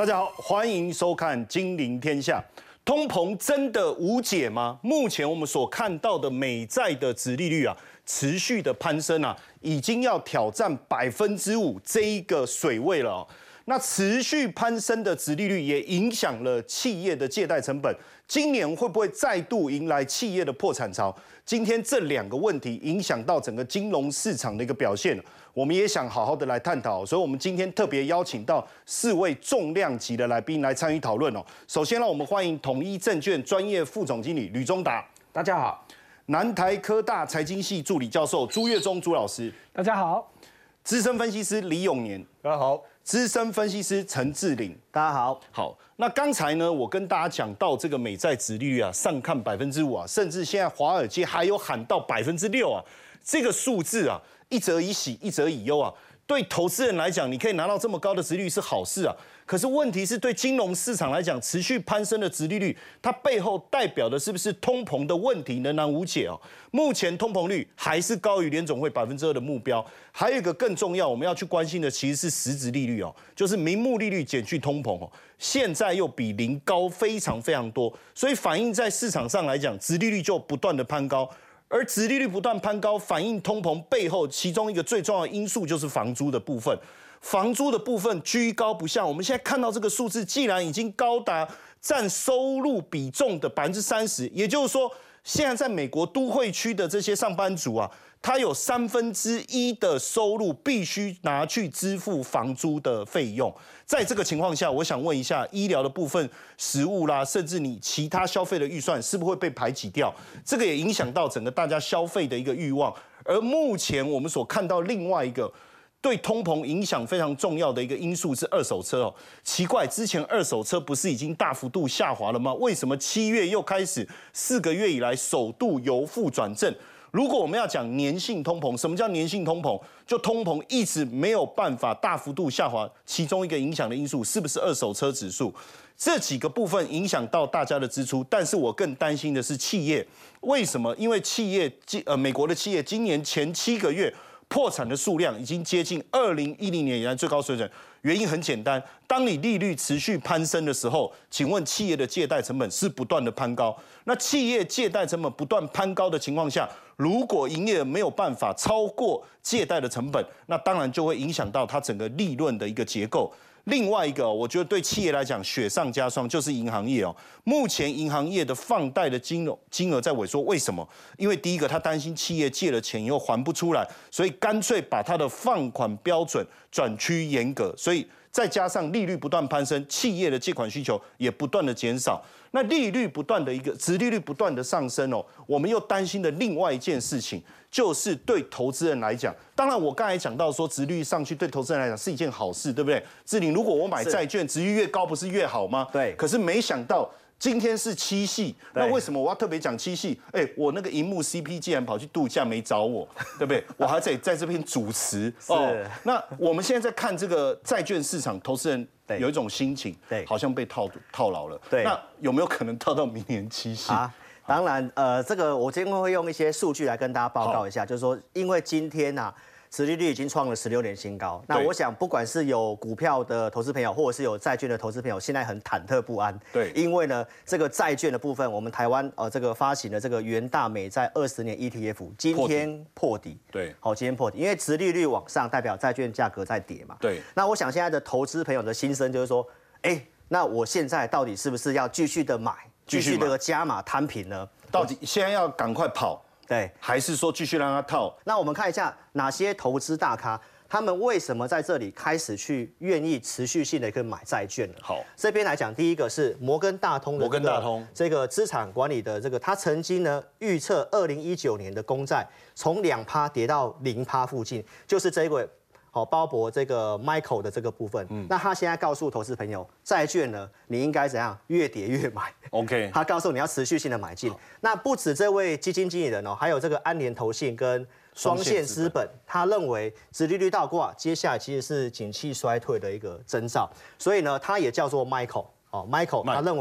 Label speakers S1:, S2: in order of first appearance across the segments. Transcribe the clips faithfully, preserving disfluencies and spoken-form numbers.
S1: 大家好，欢迎收看《金陵天下》。通膨真的无解吗？目前我们所看到的美债的殖利率啊，持续的攀升啊，已经要挑战百分之五这一个水位了、哦。那持续攀升的殖利率也影响了企业的借贷成本。今年会不会再度迎来企业的破产潮？今天这两个问题影响到整个金融市场的一个表现，我们也想好好的来探讨。所以，我们今天特别邀请到四位重量级的来宾来参与讨论哦。首先，让我们欢迎统一证券专业副总经理吕中达，
S2: 大家好；
S1: 南台科大财经系助理教授朱岳忠朱老师，
S2: 大家好；
S1: 资深分析师李永年，
S3: 大家好；
S1: 资深分析师陈志玲，
S4: 大家好。
S1: 好，那刚才呢，我跟大家讲到这个美债殖利率啊，上看百分之五啊，甚至现在华尔街还有喊到百分之六啊，这个数字啊，一则以喜，一则以忧啊。对投资人来讲，你可以拿到这么高的殖利率是好事啊。可是问题是对金融市场来讲，持续攀升的殖利率，它背后代表的是不是通膨的问题仍然无解哦？目前通膨率还是高于联总会百分之二的目标。还有一个更重要，我们要去关心的其实是实质利率哦，就是名目利率减去通膨哦，现在又比零高非常非常多，所以反映在市场上来讲，殖利率就不断的攀高。而殖利率不断攀高，反映通膨背后其中一个最重要的因素就是房租的部分。房租的部分居高不下，我们现在看到这个数字，既然已经高达占收入比重的百分之三十，也就是说，现在在美国都会区的这些上班族啊，他有三分之一的收入必须拿去支付房租的费用。在这个情况下，我想问一下，医疗的部分、食物啦，甚至你其他消费的预算，是不是会被排挤掉？这个也影响到整个大家消费的一个欲望。而目前我们所看到另外一个对通膨影响非常重要的一个因素是二手车哦。奇怪，之前二手车不是已经大幅度下滑了吗？为什么七月又开始四个月以来首度由负转正？如果我们要讲粘性通膨，什么叫粘性通膨？就通膨一直没有办法大幅度下滑，其中一个影响的因素是不是二手车指数？这几个部分影响到大家的支出，但是我更担心的是企业。为什么？因为企业，呃，美国的企业今年前七个月破产的数量已经接近二零一零年以来最高水准。原因很简单，当你利率持续攀升的时候，请问企业的借贷成本是不断的攀高。那企业借贷成本不断攀高的情况下，如果营业额没有办法超过借贷的成本，那当然就会影响到它整个利润的一个结构。另外一个，我觉得对企业来讲雪上加霜就是银行业哦。目前银行业的放贷的金额金额在萎缩，为什么？因为第一个，他担心企业借了钱以后还不出来，所以干脆把他的放款标准转趋严格，所以再加上利率不断攀升，企业的借款需求也不断的减少。那利率不断的一个殖利率不断的上升哦，我们又担心的另外一件事情，就是对投资人来讲，当然我刚才讲到说殖利率上去对投资人来讲是一件好事，对不对？志玲，如果我买债券，殖利率越高不是越好吗？
S4: 对。
S1: 可是没想到今天是七夕，那为什么我要特别讲七夕？哎，我那个荧幕 C P 竟然跑去度假没找我，对不对？我还在在这边主持哦。那我们现在在看这个债券市场，投资人有一种心情，
S4: 对，
S1: 好像被套套牢了。
S4: 对，
S1: 那有没有可能套到明年七夕？
S4: 啊，当然，呃，这个我今天会用一些数据来跟大家报告一下，就是说，因为今天啊，殖利率已经创了十六年新高。那我想，不管是有股票的投资朋友，或者是有债券的投资朋友，现在很忐忑不安。
S1: 对，
S4: 因为呢，这个债券的部分，我们台湾呃这个发行的这个元大美债二十年 E T F 今天破底。
S1: 对，
S4: 好，今天破底，因为殖利率往上，代表债券价格在跌嘛。
S1: 对。
S4: 那我想现在的投资朋友的心声就是说，哎，那我现在到底是不是要继续的买，继续的加码摊平呢？
S1: 到底现在要赶快跑？
S4: 对，
S1: 还是说继续让它套？
S4: 那我们看一下哪些投资大咖，他们为什么在这里开始去愿意持续性的一个买债券呢？
S1: 好，
S4: 这边来讲，第一个是摩根大通的、这个、
S1: 摩根大通
S4: 这个资产管理的这个，他曾经呢预测二零一九年的公债从两趴跌到零趴附近，就是这个。好，鲍勃这个 Michael 的这个部分，嗯，那他现在告诉投资朋友，债券呢，你应该怎样？越跌越买。
S1: OK，
S4: 他告诉你要持续性的买进。那不止这位基金经理人哦，还有这个安联投信跟双线资本，他认为殖利率倒挂，接下来其实是景气衰退的一个征兆。所以呢，他也叫做 Michael 哦 ，Michael， 他认为说。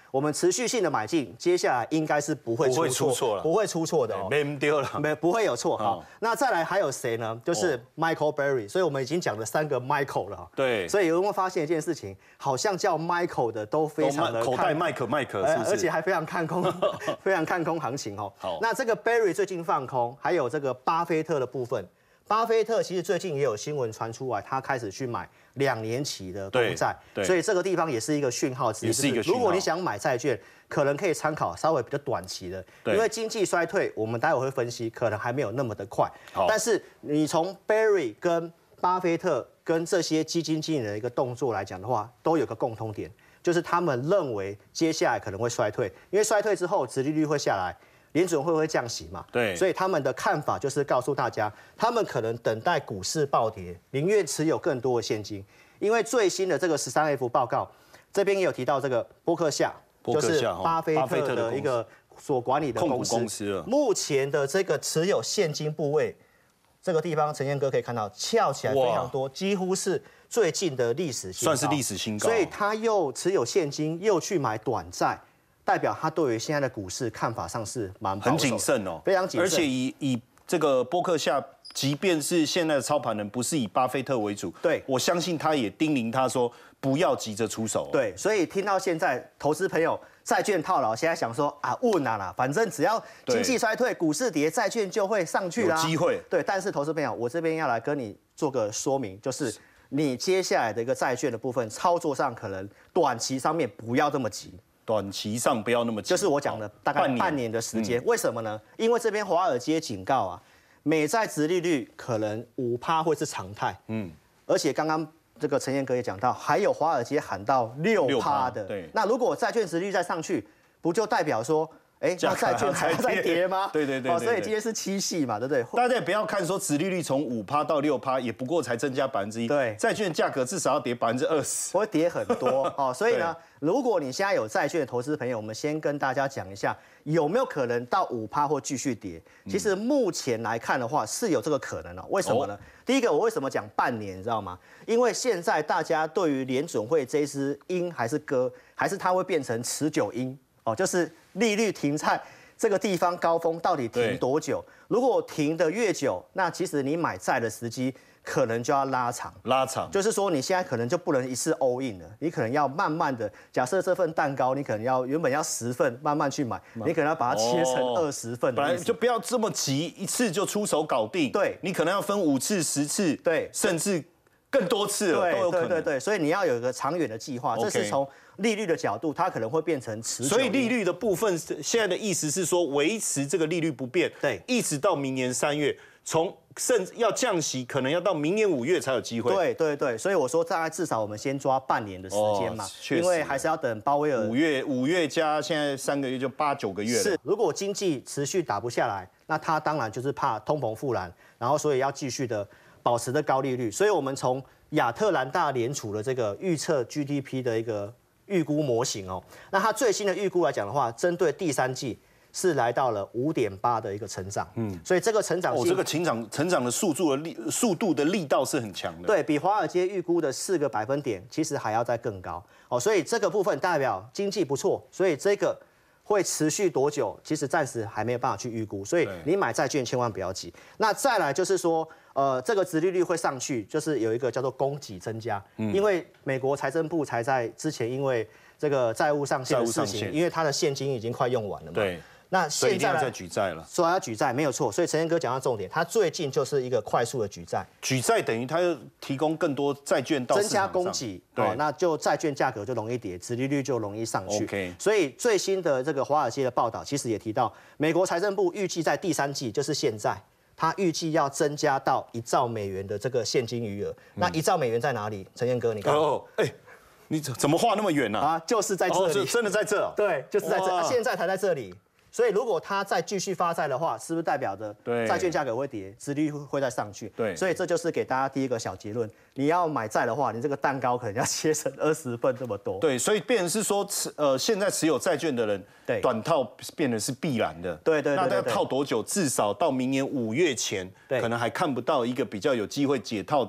S4: 我们持续性的买进，接下来应该是不会出错了，不会出错的哦，
S1: 没丢了，
S4: 没不会有错。好，那再来还有谁呢？就是 Michael Berry， 所以我们已经讲了三个 Michael 了。
S1: 对，
S4: 所以有没有发现一件事情？好像叫 Michael 的都非常的
S1: 口袋麦克麦克，是不是？
S4: 而且还非常看空，非常看空行情哦。
S1: 好，
S4: 那这个 Berry 最近放空，还有这个巴菲特的部分。巴菲特其实最近也有新闻传出来，他开始去买两年期的公债，所以这个地方也是一个讯号之一。
S1: 也是一个讯号。
S4: 如果你想买债券，可能可以参考稍微比较短期的，因为经济衰退，我们待会会分析，可能还没有那么的快。但是你从 Berry 跟巴菲特跟这些基金经理的一个动作来讲的话，都有个共通点，就是他们认为接下来可能会衰退，因为衰退之后，殖利率会下来。联准会会降息嘛？
S1: 对，
S4: 所以他们的看法就是告诉大家，他们可能等待股市暴跌，宁愿持有更多的现金。因为最新的这个十三 F 报告，这边也有提到这个波克夏，就是巴菲特的一个所管理的公司。
S1: 公司
S4: 目前的这个持有现金部位，这个地方陈彦哥可以看到翘起来非常多，几乎是最近的历史新高，
S1: 算是历史新高。
S4: 所以他又持有现金，又去买短债。代表他对于现在的股市看法上是蛮
S1: 很谨慎哦，
S4: 非常谨慎。
S1: 而且以以这个波克夏，即便是现在的操盘人不是以巴菲特为主，
S4: 对，
S1: 我相信他也叮咛他说不要急着出手。
S4: 对，所以听到现在投资朋友债券套牢，现在想说啊，问啊啦，反正只要经济衰退，股市跌，债券就会上去啦，
S1: 有机会。
S4: 对，但是投资朋友，我这边要来跟你做个说明，就是你接下来的一个债券的部分操作上，可能短期上面不要这么急。
S1: 短期上不要那么急，
S4: 就是我讲的大概半年的时间。为什么呢？因为这边华尔街警告啊，美债殖利率可能五趴会是常态。嗯，而且刚刚这个陈彦哥也讲到，还有华尔街喊到六趴的。
S1: 对，
S4: 那如果债券殖利率再上去，不就代表说？哎，那债券还要再跌吗？
S1: 对对对，
S4: 哦，所以今天是七系嘛，对不对？
S1: 大家也不要看说殖利率从五趴到六趴，也不过才增加百分之一。
S4: 对，
S1: 债券价格至少要跌百分之二十，
S4: 会跌很多哦。所以呢，如果你现在有债券的投资朋友，我们先跟大家讲一下，有没有可能到五趴或继续跌？其实目前来看的话，是有这个可能哦。为什么呢？哦、第一个，我为什么讲半年，你知道吗？因为现在大家对于联准会这一支鹰还是鸽，还是它会变成持久鹰哦，就是利率停在这个地方高峰到底停多久？如果停得越久，那其实你买债的时机可能就要拉长。
S1: 拉长，
S4: 就是说你现在可能就不能一次 all in 了，你可能要慢慢的。假设这份蛋糕你可能要原本要十份，慢慢去买，你可能要把它切成二十份。
S1: 本来就不要这么急，一次就出手搞定。
S4: 对，
S1: 你可能要分五次、十次，
S4: 对，
S1: 甚至更多次了都有可能。
S4: 对对对，所以你要有一个长远的计划，这是从利率的角度，它可能会变成持久。
S1: 所以利率的部分，现在的意思是说，维持这个利率不变，
S4: 对，
S1: 一直到明年三月，从甚至要降息，可能要到明年五月才有机会。
S4: 对对对，所以我说大概至少我们先抓半年的时间嘛，哦、因为还是要等鲍威尔
S1: 五月五月加现在三个月就八九个月了。
S4: 是，如果经济持续打不下来，那他当然就是怕通膨复燃，然后所以要继续的保持的高利率。所以我们从亚特兰大联储的这个预测 G D P 的一个预估模型哦，那它最新的预估来讲的话，针对第三季是来到了五点八的一个成长，嗯，所以这个成长性，
S1: 哦，这个成长成长的速度的力速度的力道是很强的，
S4: 对比华尔街预估的四个百分点，其实还要再更高哦，所以这个部分代表经济不错，所以这个会持续多久，其实暂时还没有办法去预估，所以你买债券千万不要急。那再来就是说。呃，这个殖利率会上去，就是有一个叫做供给增加，嗯、因为美国财政部才在之前因为这个债务上限的事情，因为它的现金已经快用完了嘛。
S1: 对。
S4: 那现在
S1: 所以一定要再举债了。
S4: 说要举债没有错，所以陈彦哥讲到重点，他最近就是一个快速的举债。
S1: 举债等于他又提供更多债券到市场上，
S4: 增加供给，哦，那就债券价格就容易跌，殖利率就容易上去。
S1: OK。
S4: 所以最新的这个华尔街的报道其实也提到，美国财政部预计在第三季，就是现在。他预计要增加到一兆美元的这个现金余额，嗯、那一兆美元在哪里？陈彦哥，你看，
S1: 哦，哎、欸，你怎么画那么远呢、啊？
S4: 啊，就是在这里，
S1: 哦、真的在这、哦，
S4: 对，就是在这，啊、现在才在这里。所以如果它再继续发债的话，是不是代表着债券价格会跌，殖利率会再上去？
S1: 对，
S4: 所以这就是给大家第一个小结论：你要买债的话，你这个蛋糕可能要切成二十份这么多。
S1: 对，所以变成是说，持呃现在持有债券的人，
S4: 对，
S1: 短套变得是必然的。
S4: 对对对。
S1: 那要套多久？至少到明年五月前，可能还看不到一个比较有机会解套的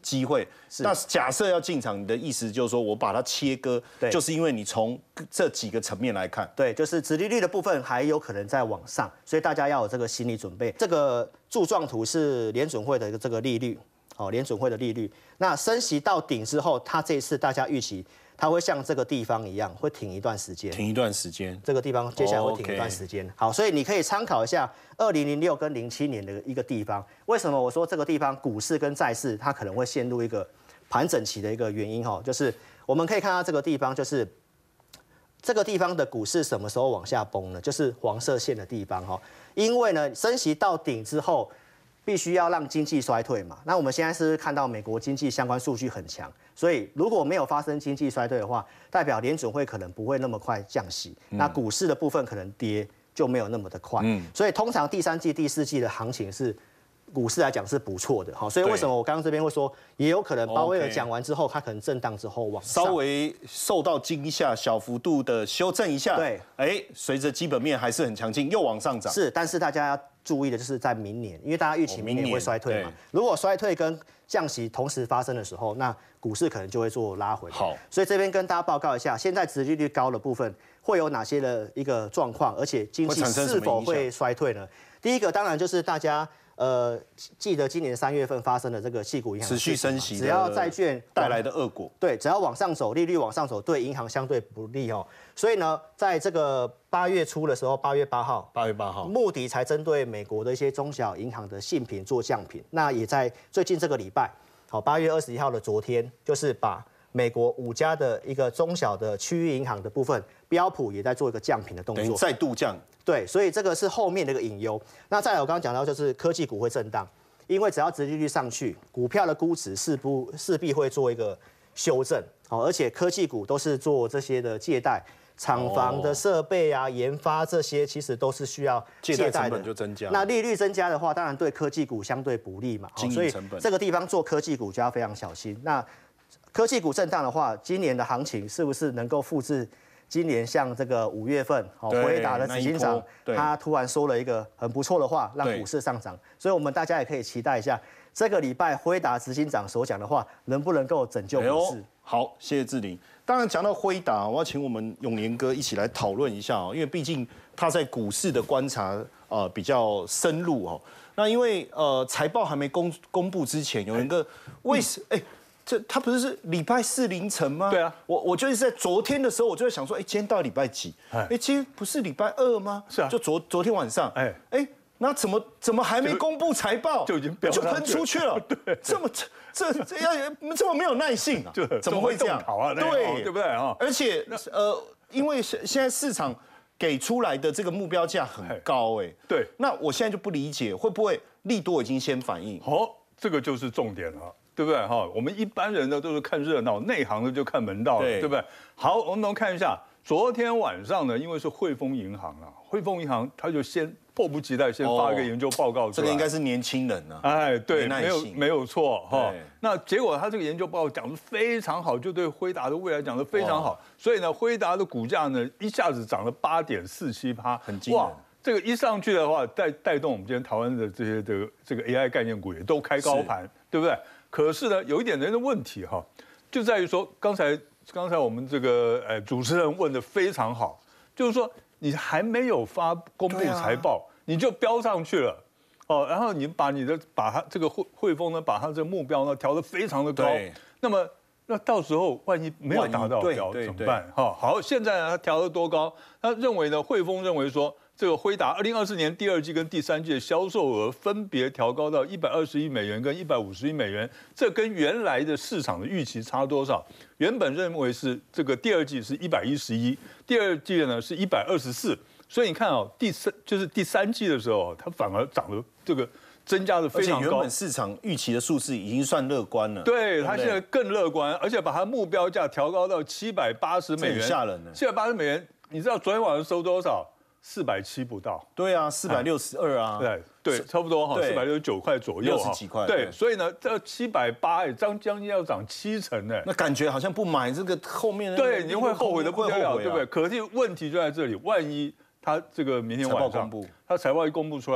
S1: 机会。那假设要进场，你的意思就是说我把它切割，就是因为你从这几个层面来看，
S4: 对，就是殖利率的部分还有可能在往上，所以大家要有这个心理准备。这个柱状图是联准会的这个利率，哦，联准会的利率。那升息到顶之后，它这一次大家预期它会像这个地方一样，会停一段时间，
S1: 停一段时间。
S4: 这个地方接下来会停一段时间。Oh, okay. 好，所以你可以参考一下二零零六跟零七年的一个地方。为什么我说这个地方股市跟债市它可能会陷入一个盘整期的一个原因？哈，就是我们可以看到这个地方，就是这个地方的股市什么时候往下崩呢？就是黄色线的地方哈，因为呢升息到顶之后，必须要让经济衰退嘛。那我们现在是不是看到美国经济相关数据很强？所以如果没有发生经济衰退的话，代表联准会可能不会那么快降息，嗯、那股市的部分可能跌就没有那么的快。嗯、所以通常第三季、第四季的行情是股市来讲是不错的。好，所以为什么我刚刚这边会说，也有可能鲍威尔讲完之后，它可能震荡之后往上
S1: 稍微受到惊吓，小幅度的修正一下。
S4: 对，
S1: 哎，随着基本面还是很强劲，又往上涨。
S4: 是，但是大家要注意的就是在明年，因为大家预期明年会衰退嘛。如果衰退跟降息同时发生的时候，那股市可能就会做拉回。
S1: 好，
S4: 所以这边跟大家报告一下，现在殖利率高的部分会有哪些的一个状况，而且经济是否会衰退呢？第一个当然就是大家呃记得今年三月份发生的这个矽谷银行
S1: 持续升息，
S4: 只要债券
S1: 带来的恶果，
S4: 对，只要往上走，利率往上走，对银行相对不利哦。所以呢，在这个八月初的时候，八月八号，
S1: 八月八号，
S4: 穆迪才针对美国的一些中小银行的信评做降评。那也在最近这个礼拜，好，八月二十一号的昨天，就是把美国五家的一个中小的区域银行的部分，标普也在做一个降评的动作，
S1: 等于再度降。
S4: 对，所以这个是后面的一个隐忧。那再来，我刚刚讲到就是科技股会震荡，因为只要殖利率上去，股票的估值势不势必会做一个修正。好，而且科技股都是做这些的借贷。厂房的设备啊、研发这些，其实都是需要借贷的，
S1: 借贷成本就增加。
S4: 那利率增加的话，当然对科技股相对不利嘛。
S1: 经营成本，
S4: 这个地方做科技股就要非常小心。那科技股震荡的话，今年的行情是不是能够复制今年像这个五月份，好，辉达的执行长他突然说了一个很不错的话，让股市上涨。所以我们大家也可以期待一下，这个礼拜辉达执行长所讲的话，能不能够拯救股市？
S1: 好，谢谢志霖。当然讲到辉达，我要请我们永年哥一起来讨论一下哦，因为毕竟他在股市的观察呃比较深入哦。那因为呃财报还没公公布之前，永年哥为什哎？这他不是是礼拜四凌晨吗？
S2: 对啊，
S1: 我我就是在昨天的时候，我就在想说，哎，今天到礼拜几？哎，今天不是礼拜二吗？
S2: 是啊，
S1: 就昨昨天晚上，哎哎。那怎么怎么还没公布财报
S2: 就已经
S1: 就喷出去了？
S2: 对，
S1: 这么这这要这么没有耐性啊？怎么会这样？
S2: 啊，对对不对啊？
S1: 而且呃，因为现现在市场给出来的这个目标价很高，哎，
S2: 对。
S1: 那我现在就不理解，会不会利多已经先反应？
S2: 好，这个就是重点了，对不对哈？我们一般人呢都是看热闹，内行的就看门道了，对不对？好，我们看一下昨天晚上呢，因为是汇丰银行啊，汇丰银行他就先。迫不及待，先发一个研究报告出来。
S1: 这个应该是年轻人啊。
S2: 哎，对，没有没有错哈。那结果他这个研究报告讲得非常好，就对辉达的未来讲得非常好。所以呢，辉达的股价呢一下子涨了八点四七趴，
S1: 很惊人。哇，
S2: 这个一上去的话，带带动我们今天台湾的这些这个这个 A I 概念股也都开高盘，对不对？可是呢，有一点人的问题哈，就在于说，刚才刚才我们这个呃主持人问的非常好，就是说。你还没有发公布财报，啊、你就飙上去了，哦，然后你把你的把它这个汇汇丰呢，把它这个目标呢调得非常的高，那么那到时候万一没有达到标怎么办？哈，好，现在呢他调得多高？他认为呢，汇丰认为说，这个辉达二零二四年第二季跟第三季的销售额分别调高到一百二十亿美元跟一百五十亿美元，这跟原来的市场的预期差多少？原本认为是这个第二季是一百一十一，第二季呢是一百二十四，所以你看哦，第三就是第三季的时候，它反而涨了这个增加的非常高。
S1: 而且原本市场预期的数字已经算乐观了，
S2: 对，它现在更乐观，而且把它目标价调高到七百八十美元，
S1: 吓人呢。
S2: 七百八十美元，你知道昨天晚上收多少？四百七不到，
S1: 对啊，四百六十二啊，
S2: 对对，差不多哈，四百六十九块左右，
S1: 六十几块，
S2: 对，所以呢，这七百八哎，将将近要涨七成呢，
S1: 那感觉好像不买这个后面的，
S2: 对，你会后悔的不得了，对不对？可是问题就在这里，万一他这个明天晚上，他财报一公布出来，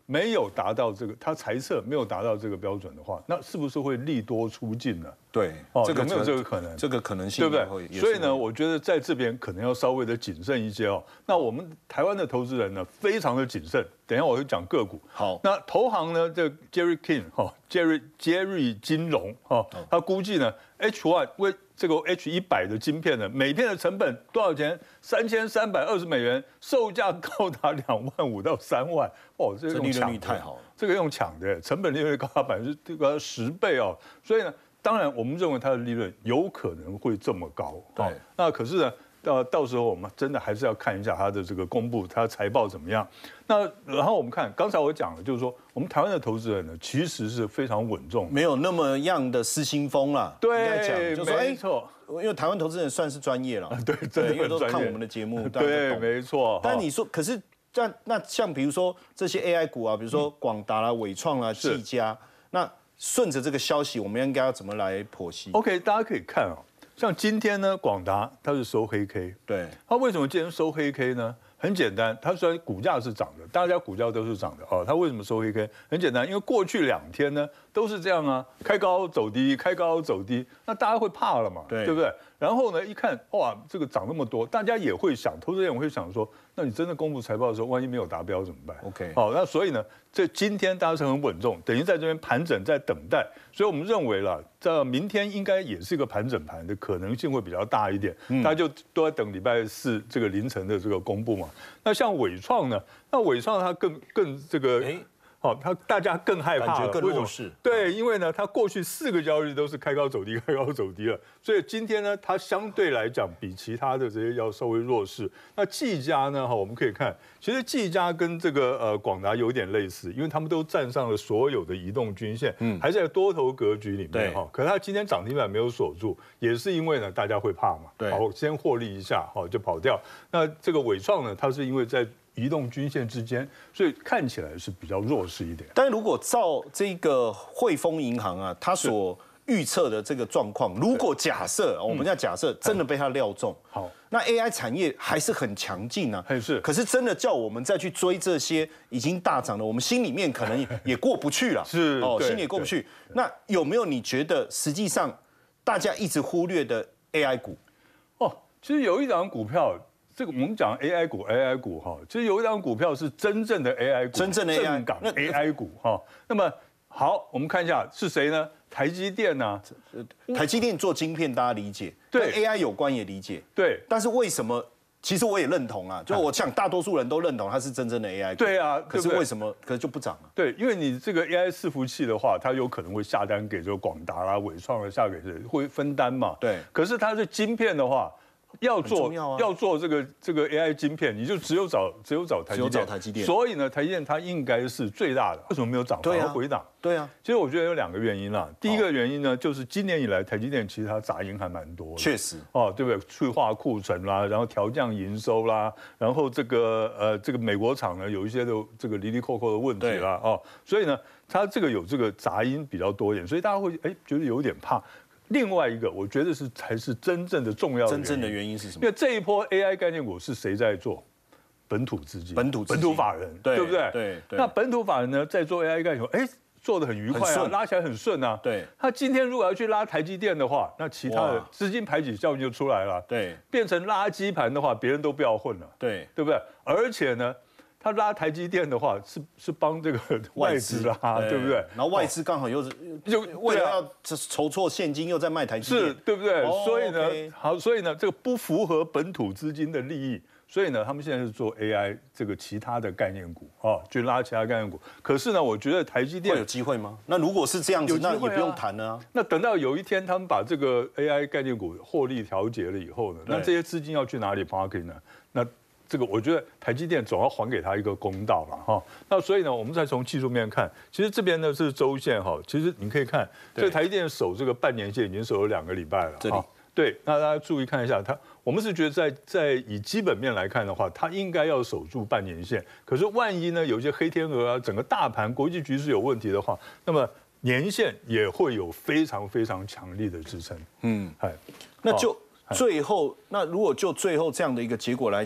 S2: 没有达到这个，他猜测没有达到这个标准的话，那是不是会利多出尽呢？
S1: 对，
S2: 哦，
S1: 这个
S2: 有没有这个可能？
S1: 这个可能性
S2: 对不对？所以呢，我觉得在这边可能要稍微的谨慎一些哦。那我们台湾的投资人呢，非常的谨慎。等一下我会讲个股。
S1: 好，
S2: 那投行呢，这 Jerry King 哈，Jerry Jerry 金融哈，他估计呢 H 一 为这个 H 一百的晶片呢，每片的成本多少钱？三千三百二十美元，售价高达两万五到三万。哦，这个
S1: 利润率太好了，
S2: 这个用抢的，成本利润率高达百分之这个十倍哦。所以呢。当然，我们认为它的利润有可能会这么高，
S1: 对。
S2: 那可是呢，到到时候我们真的还是要看一下它的这个公布，它的财报怎么样。那然后我们看，刚才我讲了，就是说我们台湾的投资人呢，其实是非常稳重，
S1: 没有那么样的失心疯啦。
S2: 对，
S1: 就说
S2: 没错，
S1: 因为台湾投资人算是专业了，
S2: 对，真的
S1: 因为都看我们的节目，
S2: 对，没错。
S1: 但你说，可是但那像比如说这些 A I 股啊，比如说广达啦、伟创啦、技嘉，那。顺着这个消息，我们应该要怎么来剖析
S2: ？OK， 大家可以看啊、哦，像今天呢，广达它是收黑 K，
S1: 对，
S2: 它为什么今天收黑 K 呢？很简单，它虽然股价是涨的，大家股价都是涨的哦，它为什么收黑 K？ 很简单，因为过去两天呢都是这样啊，开高走低，开高走低，那大家会怕了嘛，
S1: 对，
S2: 对不对？然后呢，一看哇，这个涨那么多，大家也会想，投资人也会想说，那你真的公布财报的时候，万一没有达标怎么办
S1: ？OK，
S2: 好，那所以呢，这今天大家是很稳重，等于在这边盘整，在等待，所以我们认为了，这明天应该也是一个盘整盘的可能性会比较大一点，嗯、大家就都在等礼拜四这个凌晨的这个公布嘛。那像伟创呢，那伟创它更更这个。好，他大家更害怕了，
S1: 更弱势。
S2: 对，因为呢，它过去四个交易日都是开高走低，开高走低了，所以今天呢，它相对来讲比其他的这些要稍微弱势。那技嘉呢，哈，我们可以看，其实技嘉跟这个呃广达有点类似，因为他们都站上了所有的移动均线，嗯，还在多头格局里面哈。可是它今天涨停板没有锁住，也是因为呢，大家会怕嘛，
S1: 对，
S2: 好，先获利一下，好就跑掉。那这个伟创呢，它是因为在移动均线之间，所以看起来是比较弱势一点。
S1: 但如果照这个汇丰银行啊，它所预测的这个状况，如果假设我们要假设真的被它料中，
S2: 好，
S1: 那 A I 产业还是很强劲啊。
S2: 是，
S1: 可是真的叫我们再去追这些已经大涨的，我们心里面可能也过不去了。
S2: 是，
S1: 哦，心里也过不去。那有没有你觉得实际上大家一直忽略的 A I 股？
S2: 哦，其实有一档股票。这个我们讲 A I 股 ，A I 股哈，其实有一档股票是真正的 A I 股，
S1: 真正的 A I
S2: 港 A I 股哈。那么好，我们看一下是谁呢？台积电呢、啊？
S1: 台积电做晶片，大家理解，对 A I 有关也理解，
S2: 对。
S1: 但是为什么？其实我也认同啊，就我想大多数人都认同它是真正的 A I 股。
S2: 对啊，
S1: 可是为什么可是就不涨啊？
S2: 对，因为你这个 A I 伺服器的话，它有可能会下单给这个广达啦、伟创啦，下给谁会分担嘛？
S1: 对。
S2: 可是它是晶片的话。要做
S1: 要、啊、
S2: 要做这个这个 A I 晶片，你就只有找只有找台积电，
S1: 只有找台积电。
S2: 所以呢，台积电它应该是最大的，为什么没有涨？反而回档。
S1: 对啊，
S2: 其实我觉得有两个原因啦。第一个原因呢，就是今年以来台积电其实它杂音还蛮多的，
S1: 确实
S2: 哦，对不对？去化库存啦，然后调降营收啦，然后这个呃这个美国厂呢有一些的这个离离扣扣的问题啦，哦，所以呢它这个有这个杂音比较多一点，所以大家会哎觉得有点怕。另外一个，我觉得是才是真正的重要的
S1: 真正的原因是什么？
S2: 因为这一波 A I 概念股是谁在做？本土资金、
S1: 本土
S2: 本土法人，
S1: 对
S2: 对不对？
S1: 对。
S2: 那本土法人呢，在做 A I 概念股，哎，做得很愉快啊，拉起来很顺啊。
S1: 对。
S2: 他今天如果要去拉台积电的话，那其他的资金排挤效应就出来了。
S1: 对。
S2: 变成垃圾盘的话，别人都不要混了。
S1: 对。
S2: 对不对？而且呢。他拉台积电的话，是是帮这个外资啦，对不对？
S1: 然后外资刚好又是就为了要筹措现金，又在卖台积电，
S2: 是对不对？所以呢，好，所以呢，这个不符合本土资金的利益，所以呢，他们现在是做 A I 这个其他的概念股啊，去拉其他概念股。可是呢，我觉得台积电
S1: 会有机会吗？那如果是这样子，那也不用谈了啊。
S2: 那等到有一天他们把这个 A I 概念股获利调节了以后呢，那这些资金要去哪里 parking 呢？那这个我觉得台积电总要还给他一个公道了哈。那所以呢，我们再从技术面看，其实这边呢是周线哈。其实你可以看，这台积电守这个半年线已经守了两个礼拜了。
S1: 这里
S2: 对，那大家注意看一下，它我们是觉得在在以基本面来看的话，它应该要守住半年线。可是万一呢，有一些黑天鹅啊，整个大盘国际局势有问题的话，那么年线也会有非常非常强力的支撑。嗯，哎，
S1: 那就。最后，那如果就最后这样的一个结果来讲，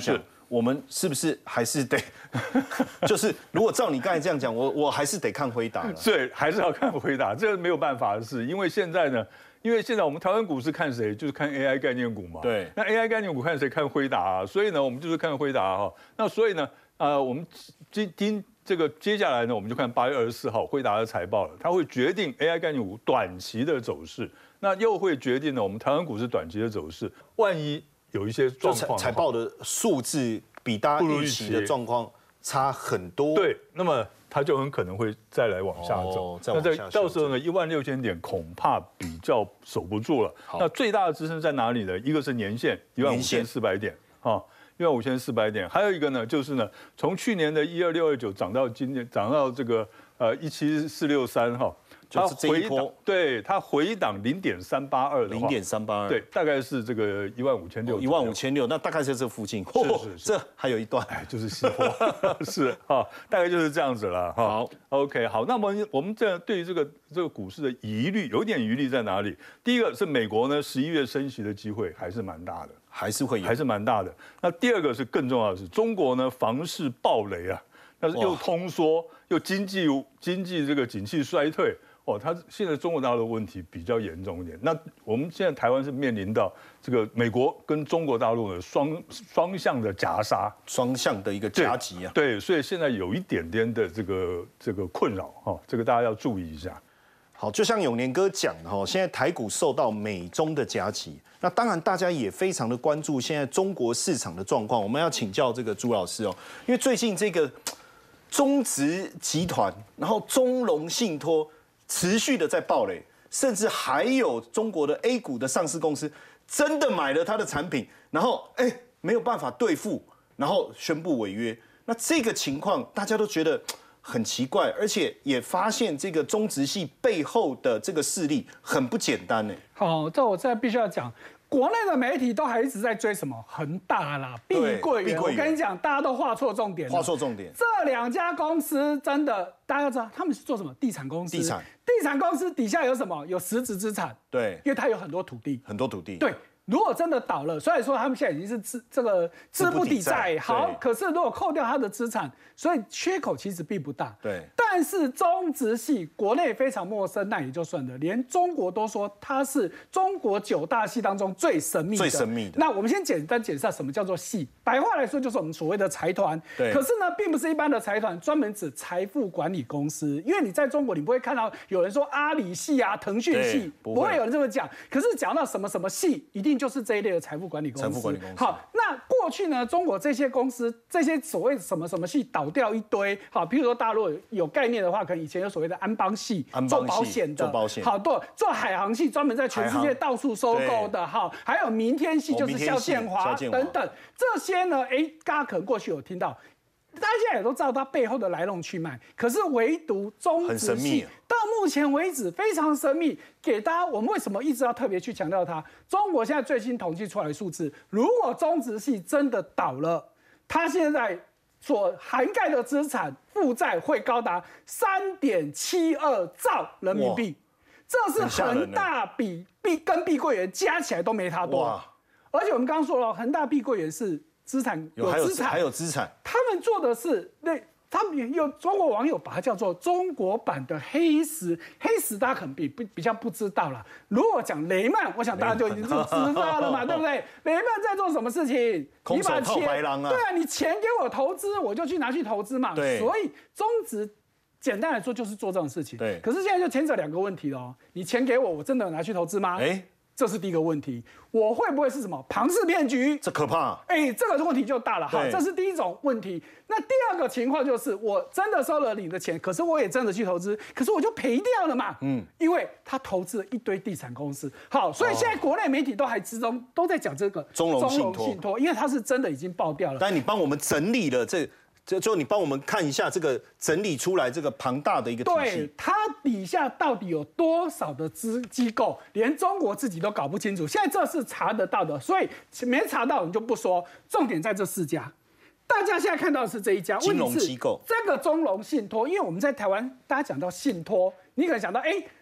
S1: 我们是不是还是得，就是如果照你刚才这样讲，我我还是得看辉达了。
S2: 对，还是要看辉达，这没有办法的事，因为现在呢。因为现在我们台湾股市看谁，就是看 A I 概念股嘛。
S1: 对。
S2: 那 A I 概念股看谁？看辉达啊。所以呢，我们就是看辉达哈。那所以呢，呃，我们今今这个接下来呢，我们就看八月二十四号辉达的财报了，它会决定 A I 概念股短期的走势，那又会决定呢我们台湾股市短期的走势。万一有一些状况，
S1: 财报的数字比大家预期的状况差很多。
S2: 对，那么。它就很可能会再来往下走，
S1: 哦、
S2: 那在到时候呢，一万六千点恐怕比较守不住了。那最大的支撑在哪里呢？一个是年线一万五千四百点啊，一万五千四百点，还有一个呢，就是呢，从去年的一二六二九涨到今年涨到这个呃一七四六三哈。
S1: 就是这一波，
S2: 对它回档零点三八二，
S1: 零点三八二，
S2: 对，大概是这个一万五千六，
S1: 一万五千六，那大概在这附近，
S2: 是是是，
S1: 这还有一段，
S2: 哎，就是西坡，是啊，大概就是这样子了哈。
S1: 好
S2: ，OK， 好，那么我们这对于这个这个股市的疑虑，有点疑虑在哪里？第一个是美国呢，十一月升息的机会还是蛮大的，
S1: 还是会有，
S2: 还是蛮大的。那第二个是更重要的是，中国呢房市暴雷啊，但是又通缩，又经济经济这个景气衰退。哦，它现在中国大陆的问题比较严重一点。那我们现在台湾是面临到这个美国跟中国大陆的双双向的夹杀，
S1: 双向的一个夹击啊。
S2: 对，所以现在有一点点的这个这个困扰哈，这个大家要注意一下。
S1: 好，就像永年哥讲的哈，现在台股受到美中的夹击，那当然大家也非常的关注现在中国市场的状况。我们要请教这个朱老师哦，因为最近这个中植集团，然后中融信托。持续的在暴雷，甚至还有中国的 A 股的上市公司真的买了他的产品，然后哎没有办法兑付，然后宣布违约。那这个情况大家都觉得很奇怪，而且也发现这个中植系背后的这个势力很不简单呢。
S3: 好，这我这必须要讲。国内的媒体都还一直在追什么恒大啦、碧桂园，我跟你讲，大家都画错重点了。
S1: 画错重点。
S3: 这两家公司真的，大家要知道，他们是做什么？地产公司。
S1: 地产。
S3: 地产公司底下有什么？有实质资产。
S1: 对。
S3: 因为它有很多土地。
S1: 很多土地。
S3: 对。如果真的倒了，虽然说他们现在已经是资这个资不抵债，好，可是如果扣掉他的资产，所以缺口其实并不大。
S1: 对。
S3: 但是中植系国内非常陌生，那也就算了，连中国都说它是中国九大系当中最神秘的。
S1: 最神秘的。
S3: 那我们先简单解释下什么叫做系，白话来说就是我们所谓的财团。
S1: 对。
S3: 可是呢，并不是一般的财团，专门指财富管理公司。因为你在中国，你不会看到有人说阿里系啊、腾讯系，不会有人这么讲。可是讲到什么什么系，一定就是这一类的财。财富管理公司。
S1: 财富管理公司。
S3: 好，那过去呢，中国这些公司，这些所谓什么什么系倒掉一堆。好，譬如说大陆有概念的话，可能以前有所谓的安邦系，做保险的，
S1: 做保险。
S3: 好，对，做海航系，专门在全世界到处收购的。好，还有明天系，就是肖建华等等这些呢，哎，大家可能过去有听到。大家现在也都知道它背后的来龙去脉，可是唯独中植系到目前为止非常神秘。给大家，我们为什么一直要特别去强调它？中国现在最新统计出来的数字，如果中植系真的倒了，它现在所涵盖的资产负债会高达三点七二兆人民币，这是恒大比碧跟碧桂园加起来都没它多。而且我们刚刚说了，恒大、碧桂园是。资产有资产，
S1: 还有资产。
S3: 他们做的是那，他们有中国网友把它叫做中国版的黑石。黑石大家可能比比比较不知道啦。如果讲雷曼，我想大家就已经是知道了嘛，对不对？雷曼在做什么事情？
S1: 空手套白狼啊！
S3: 对啊，你钱给我投资，我就去拿去投资嘛。
S1: 对。
S3: 所以中植简单来说就是做这种事情。
S1: 对。
S3: 可是现在就牵扯两个问题喽。你钱给我，我真的拿去投资吗？哎。这是第一个问题，我会不会是什么庞氏骗局？
S1: 这可怕！
S3: 哎，这个问题就大了。好，这是第一种问题。那第二个情况就是，我真的收了你的钱，可是我也真的去投资，可是我就赔掉了嘛。嗯，因为他投资了一堆地产公司。好，所以现在国内媒体都还之中都在讲这个
S1: 中融信托，信
S3: 托，因为它是真的已经爆掉了。
S1: 但你帮我们整理了这。就就你帮我们看一下这个整理出来这个庞大的一个体系，
S3: 对它底下到底有多少的资机构，连中国自己都搞不清楚。现在这是查得到的，所以没查到我们就不说。重点在这四家，大家现在看到的是这一家
S1: 金融机构，
S3: 这个中融信托，因为我们在台湾大家讲到信托，你可能想到哎。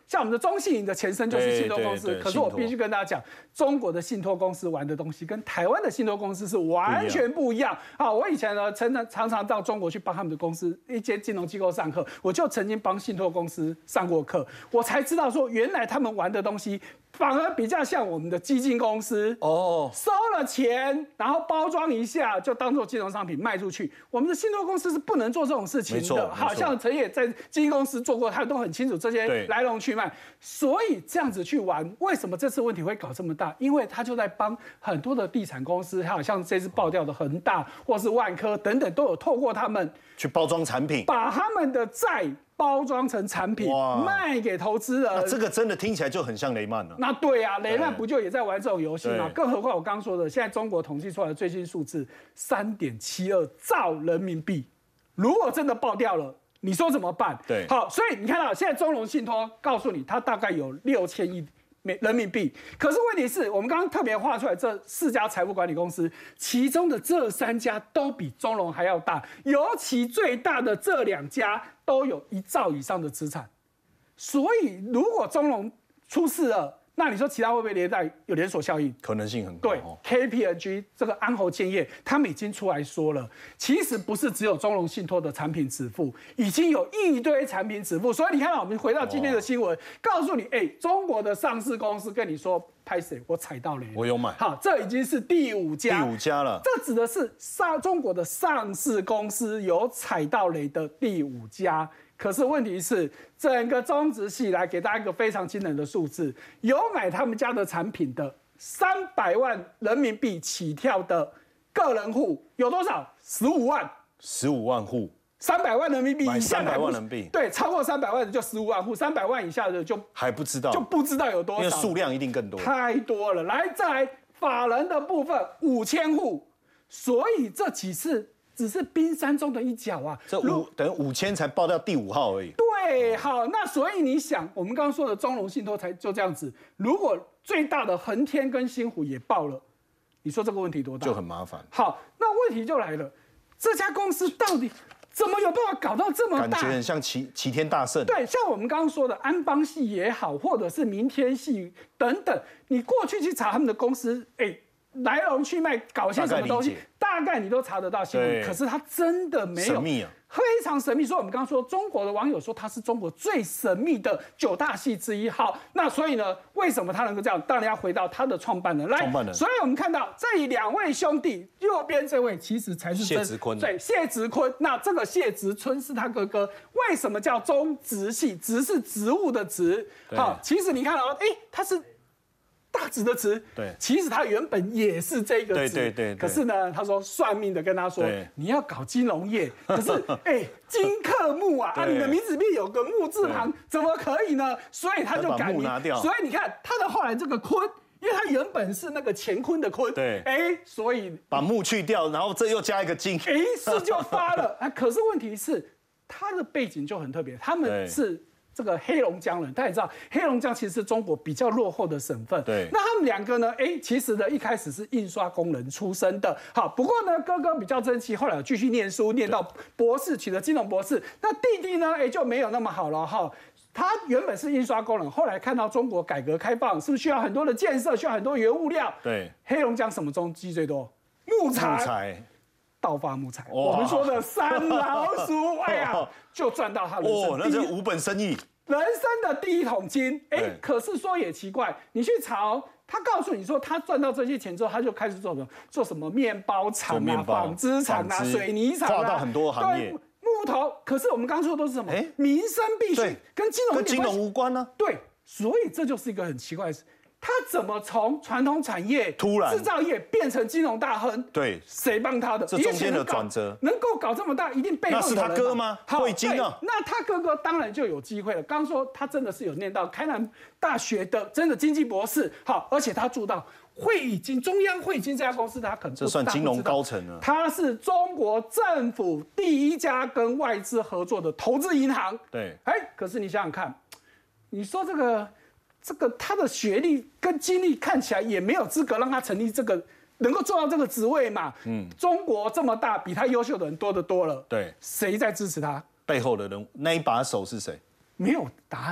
S3: 像我们的中信银的前身就是信托公司，
S1: 对对对
S3: 可是我必须跟大家讲，中国的信托公司玩的东西跟台湾的信托公司是完全不一样。好，我以前呢，常常常常到中国去帮他们的公司一间金融机构上课，我就曾经帮信托公司上过课，我才知道说，原来他们玩的东西反而比较像我们的基金公司哦，收了钱，然后包装一下就当做金融商品卖出去。我们的信托公司是不能做这种事情的。好像陈也在基金公司做过，他都很清楚这些来龙去脉。所以这样子去玩，为什么这次问题会搞这么大？因为他就在帮很多的地产公司，还有像这次爆掉的恒大或是万科等等，都有透过他们
S1: 去包装产品，
S3: 把他们的债包装成产品卖给投资人。
S1: 那这个真的听起来就很像雷曼了。
S3: 那对啊，雷曼不就也在玩这种游戏吗？更何况我刚刚说的，现在中国统计出来的最新数字三点七二兆人民币，如果真的爆掉了，你说怎么办？
S1: 对，
S3: 好，所以你看到现在中融信托告诉你，它大概有六千亿美人民币。可是问题是我们刚刚特别画出来这四家财富管理公司，其中的这三家都比中融还要大，尤其最大的这两家都有一兆以上的资产。所以如果中融出事了，那你说其他会不会连带有连锁效应？
S1: 可能性很高。
S3: 对 ，K P M G 这个安侯建业，他们已经出来说了，其实不是只有中融信托的产品止付，已经有一堆产品止付。所以你看到我们回到今天的新闻，告诉你，哎，中国的上市公司跟你说，拍谁？我踩到雷，
S1: 我有买。
S3: 好，这已经是第五家，
S1: 第五家了。
S3: 这指的是上中国的上市公司有踩到雷的第五家。可是问题是，整个中植系来给大家一个非常惊人的数字，有买他们家的产品的三百万人民币起跳的个人户有多少？十五万。
S1: 十五万户。
S3: 三百万人民币以下，
S1: 三百万人民币。
S3: 对，超过三百万的就十五万户，三百万以下的就
S1: 还不知道，
S3: 就不知道有多少，
S1: 因为数量一定更多，
S3: 太多了。来，再来法人的部分五千户，所以这几次。只是冰山中的一角啊，
S1: 这五等于五千才报到第五号而已。
S3: 对，好，那所以你想，我们刚刚说的中融信托才就这样子，如果最大的恒天跟新湖也爆了，你说这个问题多大？
S1: 就很麻烦。
S3: 好，那问题就来了，这家公司到底怎么有办法搞到这么大？
S1: 感觉很像齐齐天大圣。
S3: 对，像我们刚刚说的安邦系也好，或者是明天系等等，你过去去查他们的公司，哎。来龙去脉，搞些什么东西，大概你都查得到新闻。可是它真的没有
S1: 神秘啊，
S3: 非常神秘。所以我们刚刚说，中国的网友说它是中国最神秘的九大系之一。好，那所以呢，为什么它能够这样？当然要回到它的创办人来。
S1: 创办人。
S3: 所以我们看到这两位兄弟，右边这位其实才是
S1: 谢植坤。
S3: 对，谢植坤。那这个谢植春是他哥哥。为什么叫中植系？植是植物的植。好，其实你看到，哎，他是。大直的直，
S1: 对，
S3: 其实他原本也是这个
S1: 字，对对对。
S3: 可是呢，他说算命的跟他说，你要搞金融业，可是哎，金克木啊，啊，你的名字里有个木字旁，怎么可以呢？所以他就改名。所以你看他的后来这个坤，因为他原本是那个乾坤的坤，
S1: 对，
S3: 哎，所以
S1: 把木去掉，然后这又加一个金，
S3: 哎，是就发了啊。可是问题是，他的背景就很特别，他们是。这个黑龙江人，大家也知道，黑龙江其实是中国比较落后的省份。
S1: 对，
S3: 那他们两个呢？哎，其实呢，一开始是印刷工人出身的。好，不过呢，哥哥比较争气，后来继续念书，念到博士，取得金融博士。那弟弟呢？哎，就没有那么好了哈。他原本是印刷工人，后来看到中国改革开放，是不是需要很多的建设，需要很多原物料？
S1: 对，
S3: 黑龙江什么中鸡最多？木材。
S1: 木材。
S3: 盗伐木材，我们说的三老鼠，哎呀，就赚到他人生
S1: 哦，那就无本生意，
S3: 人生的第一桶金。哎，可是说也奇怪，你去查哦，他告诉你说他赚到这些钱之后，他就开始做什么？做什么面包厂啊、纺织厂啊、水泥厂啊，
S1: 跨到很多行业。
S3: 木头，可是我们刚刚说的都是什么？民生必需，跟金融
S1: 跟金融无关呢。
S3: 对，所以这就是一个很奇怪的事。他怎么从传统产业、
S1: 突然
S3: 制造业变成金融大亨？
S1: 对，
S3: 谁帮他的？
S1: 这中间的转折，
S3: 能够搞这么大，一定背后有人。
S1: 那是他哥吗？汇金啊，
S3: 那他哥哥当然就有机会了。刚说他真的是有念到开南大学的真的经济博士，好，而且他住到汇金中央汇金这家公司，他可能
S1: 这算金融高层了。
S3: 他是中国政府第一家跟外资合作的投资银行。
S1: 对，
S3: 哎，可是你想想看，你说这个。这个他的学历跟经历看起来也没有资格让他成立这个，能够做到这个职位嘛？嗯，中国这么大，比他优秀的人多得多了。
S1: 对，
S3: 谁在支持他？
S1: 背后的人那一把手是谁？
S3: 没有答案。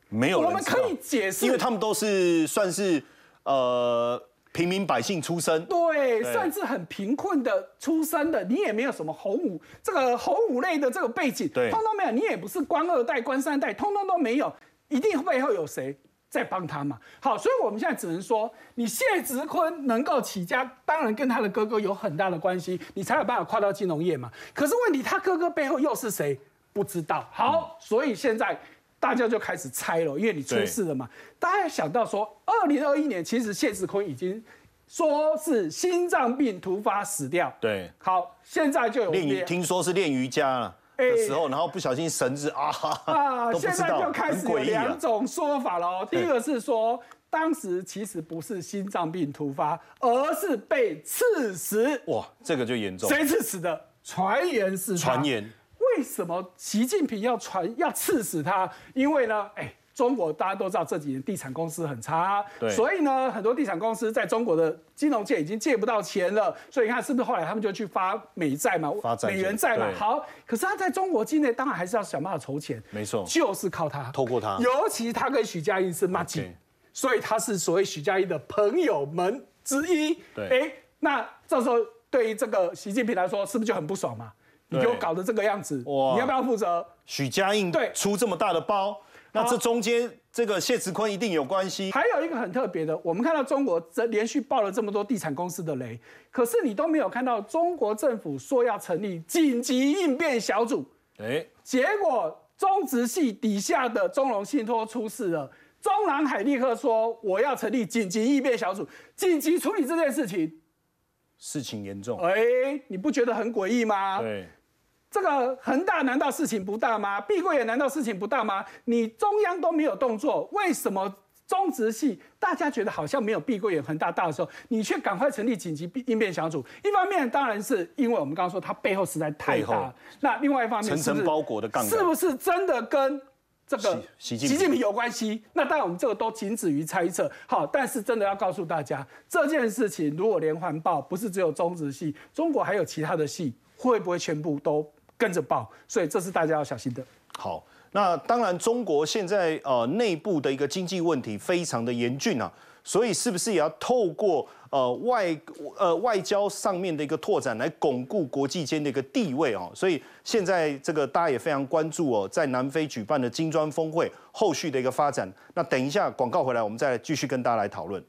S1: 没有人
S3: 我们可以解释，
S1: 因为他们都是算是呃平民百姓出身，
S3: 对，甚至很贫困的出身的，你也没有什么洪武这个洪武类的这个背景，
S1: 对，
S3: 通通没有，你也不是官二代、官三代，通通都没有，一定背后有谁在帮他嘛？好，所以我们现在只能说，你谢植坤能够起家，当然跟他的哥哥有很大的关系，你才有办法跨到金融业嘛。可是问题，他哥哥背后又是谁？不知道。好，所以现在大家就开始猜了，因为你出事了嘛。大家想到说，二零二一年其实谢植坤已经说是心脏病突发死掉。
S1: 对，
S3: 好，现在就有
S1: 练瑜，听说是练瑜伽了。的时候，然后不小心绳子啊
S3: 啊，现在就开始有两种说法了哦。第一个是说，当时其实不是心脏病突发，而是被刺死。
S1: 哇，这个就严重。
S3: 谁刺死的？传言是他。
S1: 传言。
S3: 为什么习近平要传要刺死他？因为呢，哎。中国大家都知道这几年地产公司很差，所以呢，很多地产公司在中国的金融界已经借不到钱了。所以你看，是不是后来他们就去发美债嘛，美元债嘛？好，可是他在中国境内当然还是要想办法筹钱，
S1: 没错，
S3: 就是靠他，
S1: 透过他。
S3: 尤其他跟许家印是麻吉，所以他是所谓许家印的朋友们之一。
S1: 对，
S3: 哎，那这时候对于这个习近平来说，是不是就很不爽嘛？你给我搞得这个样子，你要不要负责？
S1: 许家印对出这么大的包。那这中间这个谢植坤一定有关系。
S3: 还有一个很特别的，我们看到中国这连续爆了这么多地产公司的雷，可是你都没有看到中国政府说要成立紧急应变小组。哎，结果中植系底下的中融信托出事了，中南海立刻说我要成立紧急应变小组，紧急处理这件事情。
S1: 事情严重。
S3: 哎，你不觉得很诡异吗？
S1: 对。
S3: 这个恒大难道事情不大吗？碧桂园难道事情不大吗？你中央都没有动作，为什么中植系大家觉得好像没有碧桂园恒大大的时候，你却赶快成立紧急应变小组？一方面当然是因为我们刚刚说它背后实在太大，那另外一方面
S1: 层层包裹的杠杆
S3: 是不是真的跟这个
S1: 习近平
S3: 有关系？那当然我们这个都仅止于猜测。好，但是真的要告诉大家，这件事情如果连环爆，不是只有中植系，中国还有其他的系，会不会全部都跟着爆？所以这是大家要小心的。
S1: 好，那当然，中国现在呃内部的一个经济问题非常的严峻啊，所以是不是也要透过呃外呃外交上面的一个拓展来巩固国际间的一个地位哦？所以现在这个大家也非常关注哦，在南非举办的金砖峰会后续的一个发展。那等一下广告回来，我们再继续跟大家来讨论。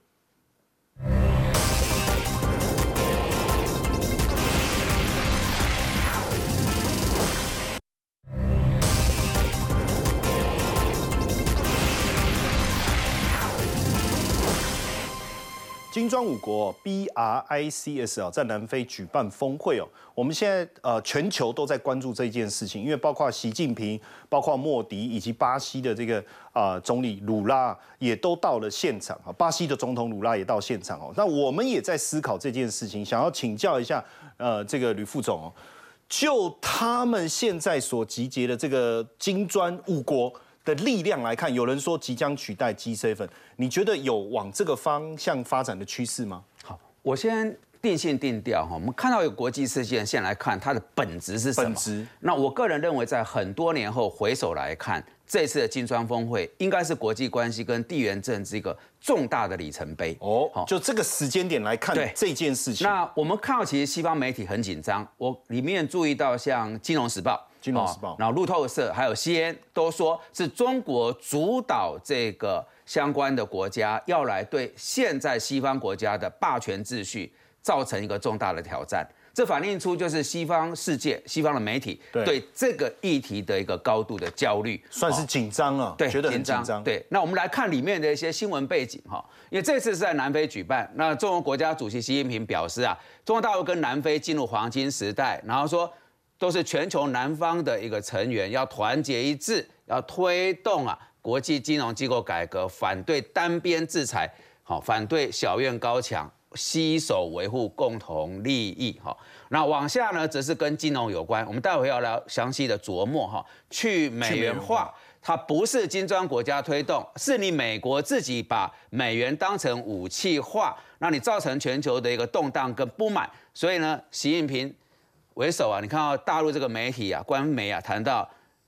S1: 金砖五国 B R I C S 啊，在南非举办峰会哦。我们现在呃全球都在关注这件事情，因为包括习近平、包括莫迪以及巴西的这个啊、呃、总理鲁拉也都到了现场啊。巴西的总统鲁拉也到现场哦。那我们也在思考这件事情，想要请教一下呃这个吕副总哦，就他们现在所集结的这个金砖五国的力量来看，有人说即将取代 G 七， 你觉得有往这个方向发展的趋势吗？
S5: 好，我先定性定调哈。我们看到有国际事件线来看，它的本质是什么？
S1: 本质。
S5: 那我个人认为，在很多年后回首来看，这次的金砖峰会应该是国际关系跟地缘政治一个重大的里程碑。
S1: 哦，好，就这个时间点来看这件事情。
S5: 那我们看到，其实西方媒体很紧张。我里面注意到，像《金融时报》。
S1: 金融时报，
S5: 然后路透社还有 C N N 都说是中国主导这个相关的国家要来对现在西方国家的霸权秩序造成一个重大的挑战。这反映出就是西方世界、西方的媒体对这个议题的一个高度的焦虑，
S1: 算是紧张了，对，觉得很紧张。
S5: 对，那我们来看里面的一些新闻背景哈，因为这次是在南非举办，那中国国家主席习近平表示啊，中国大陆跟南非进入黄金时代，然后说。都是全球南方的一个成员，要团结一致，要推动啊国际金融机构改革，反对单边制裁，好，反对小院高墙，携手维护共同利益。好，那往下呢，则是跟金融有关，我们待会要来详细的琢磨哈。去美元化，它不是金砖国家推动，是你美国自己把美元当成武器化，那你造成全球的一个动荡跟不满。所以呢，习近平为首啊，你看到大陆这个媒体啊，官媒啊，谈到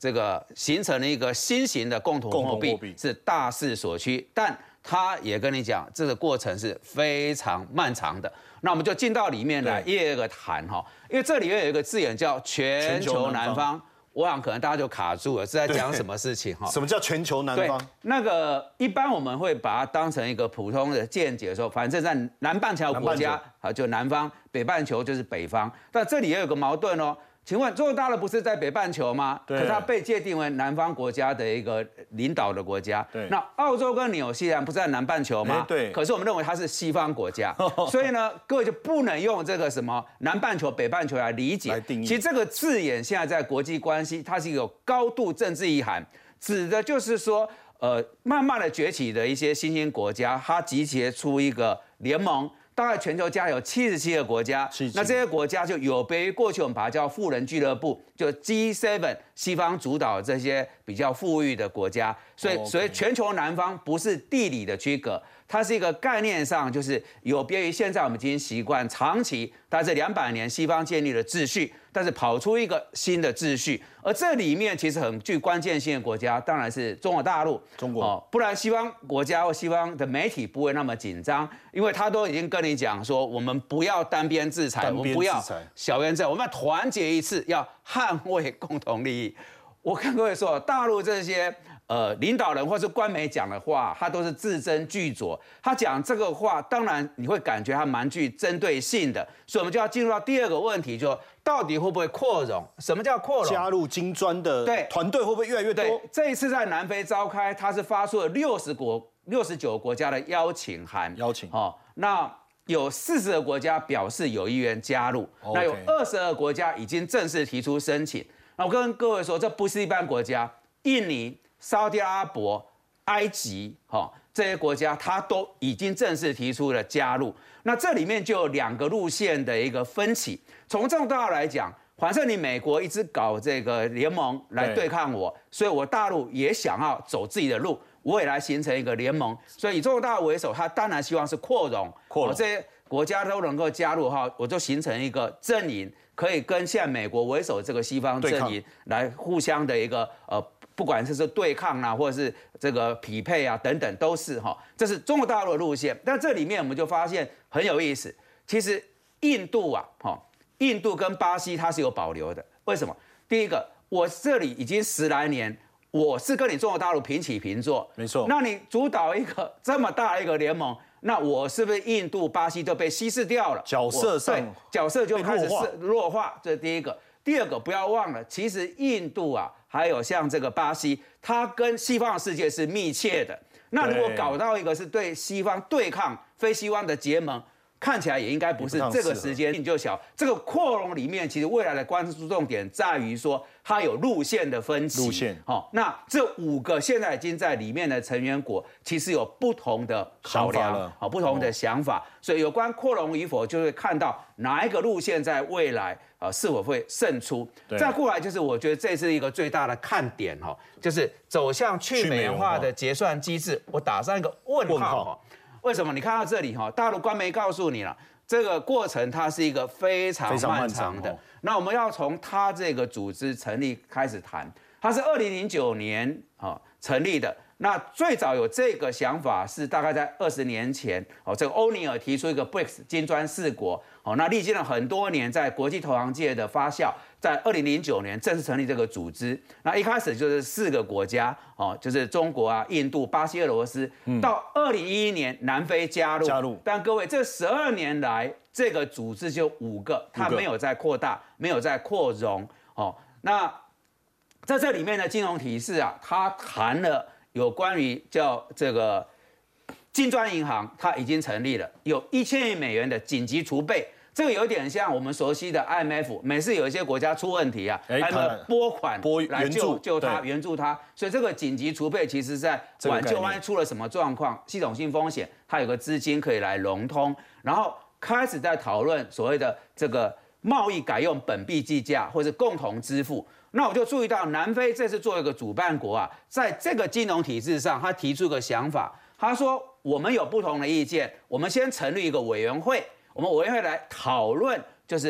S5: 这个形成了一个新型的共同货币，是大势所趋，但他也跟你讲，这个过程是非常漫长的。那我们就进到里面来，一个一个谈哈，因为这里面有一个字眼叫全球南方。我想可能大家就卡住了，是在讲什么事情哈？
S1: 什么叫全球南方？
S5: 那个一般我们会把它当成一个普通的见解的时候，反正在南半球国家啊，就南方；北半球就是北方。但这里也有个矛盾哦。请问中国大陆不是在北半球吗？可是它被界定为南方国家的一个领导的国家。那澳洲跟纽西兰不是在南半球吗？
S1: 对。
S5: 可是我们认为它是西方国家，所以呢，各位就不能用这个什么南半球、北半球来理解。
S1: 来定义。
S5: 其实这个字眼现在在国际关系，它是有高度政治意涵，指的就是说，呃，慢慢的崛起的一些新兴国家，它集结出一个联盟。大概全球加有七十七个国家，那这些国家就有别于过去我们把它叫富人俱乐部，就 G 七 西方主导这些比较富裕的国家，所以所以全球南方不是地理的区隔，它是一个概念上就是有别于现在我们已经习惯长期，大概这两百年西方建立了秩序，但是跑出一个新的秩序，而这里面其实很具关键性的国家当然是中国大陆，
S1: 中国
S5: 哦，不然西方国家或西方的媒体不会那么紧张，因为他都已经跟你讲说，我们不要单边制裁，我们不要小原则，我们要团结一致，要捍卫共同利益。我跟各位说，大陆这些呃领导人或是官媒讲的话，他都是字斟句酌。他讲这个话，当然你会感觉他蛮具针对性的，所以我们就要进入到第二个问题，就到底会不会扩容？什么叫扩容？
S1: 加入金砖的团队会不会越来越多？
S5: 对，这一次在南非召开，他是发出了六十国、六十九国家的邀请函，
S1: 邀请
S5: 哦，那有四十个国家表示有意愿加入，
S1: okay.
S5: 那有二十二个国家已经正式提出申请。那我跟各位说，这不是一般国家，印尼、沙特阿拉伯、埃及，哈、哦，这些国家它都已经正式提出了加入。那这里面就有两个路线的一个分歧。从这种大来讲，反正你美国一直搞这个联盟来对抗我，所以我大陆也想要走自己的路，我也来形成一个联盟。所以以中国大陆为首，他当然希望是扩容，
S1: 扩容、哦、
S5: 这些国家都能够加入哈，我就形成一个阵营。可以跟现在美国为首这个西方阵营来互相的一个呃，不管是说对抗啊，或者是这个匹配啊等等，都是哈，这是中国大陆的路线。但这里面我们就发现很有意思，其实印度啊，哈，印度跟巴西它是有保留的。为什么？第一个，我这里已经十来年，我是跟你中国大陆平起平坐，
S1: 没错。
S5: 那你主导一个这么大的一个联盟。那我是不是印度、巴西都被稀释掉了？
S1: 角色上，
S5: 对，角色就开始是弱化，这是第一个。第二个，不要忘了，其实印度啊，还有像这个巴西，它跟西方的世界是密切的。那如果搞到一个是对西方对抗非西方的结盟，看起来也应该不是这个时间就小。这个扩容里面，其实未来的关注重点在于说，它有路线的分歧。
S1: 路线，
S5: 好、哦，那这五个现在已经在里面的成员国，其实有不同的考量，好、哦，不同的想法。所以有关扩容与否，就会看到哪一个路线在未来啊、呃、是否会胜出。再过来就是我觉得这是一个最大的看点哈、哦，就是走向去美元化的结算机制。我打上一个问号。问号为什么？你看到这里哈，大陆官媒告诉你了，这个过程它是一个非常漫长的。那我们要从它这个组织成立开始谈，它是二零零九年啊成立的。那最早有这个想法是大概在二十年前，哦，这个欧尼尔提出一个 B R I C S 金砖四国，哦，那历经了很多年在国际投行界的发酵，在二零零九年正式成立这个组织。那一开始就是四个国家，哦，就是中国啊、印度、巴西、俄罗斯。嗯、到二零一一年，南非加入。
S1: 加入。
S5: 但各位，这十二年来，这个组织就五个，它没有在扩大，没有在扩容。哦，那在这里面的金融体系啊，它谈了。有关于叫这个金砖银行，它已经成立了，有一千亿美元的紧急储备，这个有点像我们熟悉的 I M F， 每次有一些国家出问题啊 ，I M F 拨款来救救它，援助它，所以这个紧急储备其实在挽救万一出了什么状况，系统性风险，它有个资金可以来融通，然后开始在讨论所谓的这个贸易改用本币计价或者共同支付。那我就注意到，南非这次作为一个主办国啊，在这个金融体制上，他提出一个想法，他说我们有不同的意见，我们先成立一个委员会，我们委员会来讨论，就是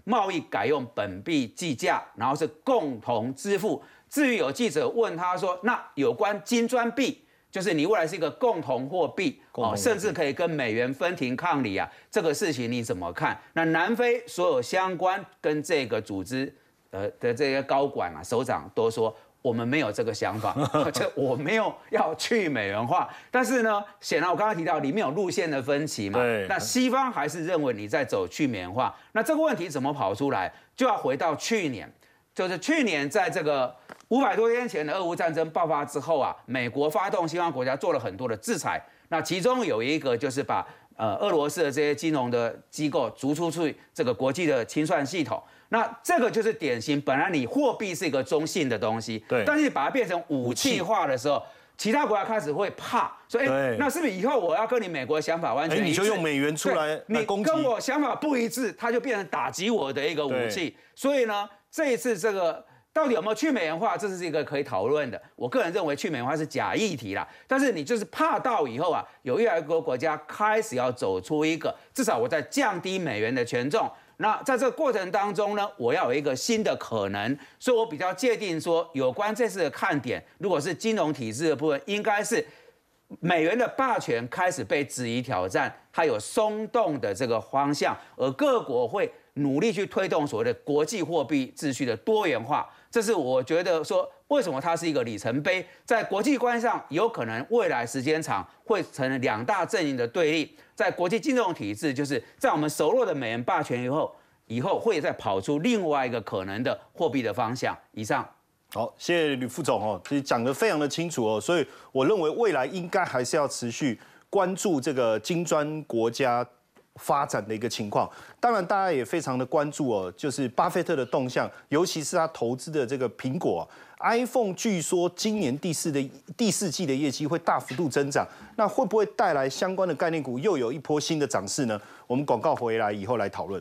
S5: 贸易改用本币计价，然后是共同支付。至于有记者问他说，那有关金砖币，就是你未来是一个共同货币哦，甚至可以跟美元分庭抗礼啊，这个事情你怎么看？那南非所有相关跟这个组织呃的这些高管啊、首长都说，我们没有这个想法，就我没有要去美元化。但是呢，显然我刚刚提到里面有路线的分歧嘛，
S1: 对，
S5: 那西方还是认为你在走去美元化。那这个问题怎么跑出来？就要回到去年，就是去年在这个五百多天前的俄乌战争爆发之后啊，美国发动西方国家做了很多的制裁。那其中有一个就是把呃俄罗斯的这些金融的机构逐出去这个国际的清算系统。那这个就是典型，本来你货币是一个中性的东西，
S1: 对，
S5: 但是把它变成武器化的时候，其他国家开始会怕，所以哎，那是不是以后我要跟你美国想法完全一致，
S1: 你就用美元出来
S5: 你
S1: 攻击，
S5: 跟我想法不一致，它就变成打击我的一个武器。所以呢，这一次这个到底有没有去美元化，这是一个可以讨论的。我个人认为去美元化是假议题啦，但是你就是怕到以后啊，有越来越多国家开始要走出一个，至少我在降低美元的权重。那在这个过程当中呢，我要有一个新的可能，所以我比较界定说，有关这次的看点，如果是金融体制的部分，应该是美元的霸权开始被质疑挑战，它有松动的这个方向，而各国会努力去推动所谓的国际货币秩序的多元化。这是我觉得说，为什么它是一个里程碑，在国际关系上有可能未来时间长会成为两大阵营的对立。在国际金融体制，就是在我们熟络的美元霸权以后，以后会再跑出另外一个可能的货币的方向。以上。
S1: 好，谢谢吕副总哦，其实讲得非常的清楚哦，所以我认为未来应该还是要持续关注这个金砖国家发展的一个情况。当然，大家也非常的关注哦，就是巴菲特的动向，尤其是他投资的这个苹果、啊、iPhone， 据说今年第四的第四季的业绩会大幅度增长，那会不会带来相关的概念股又有一波新的涨势呢？我们广告回来以后来讨论。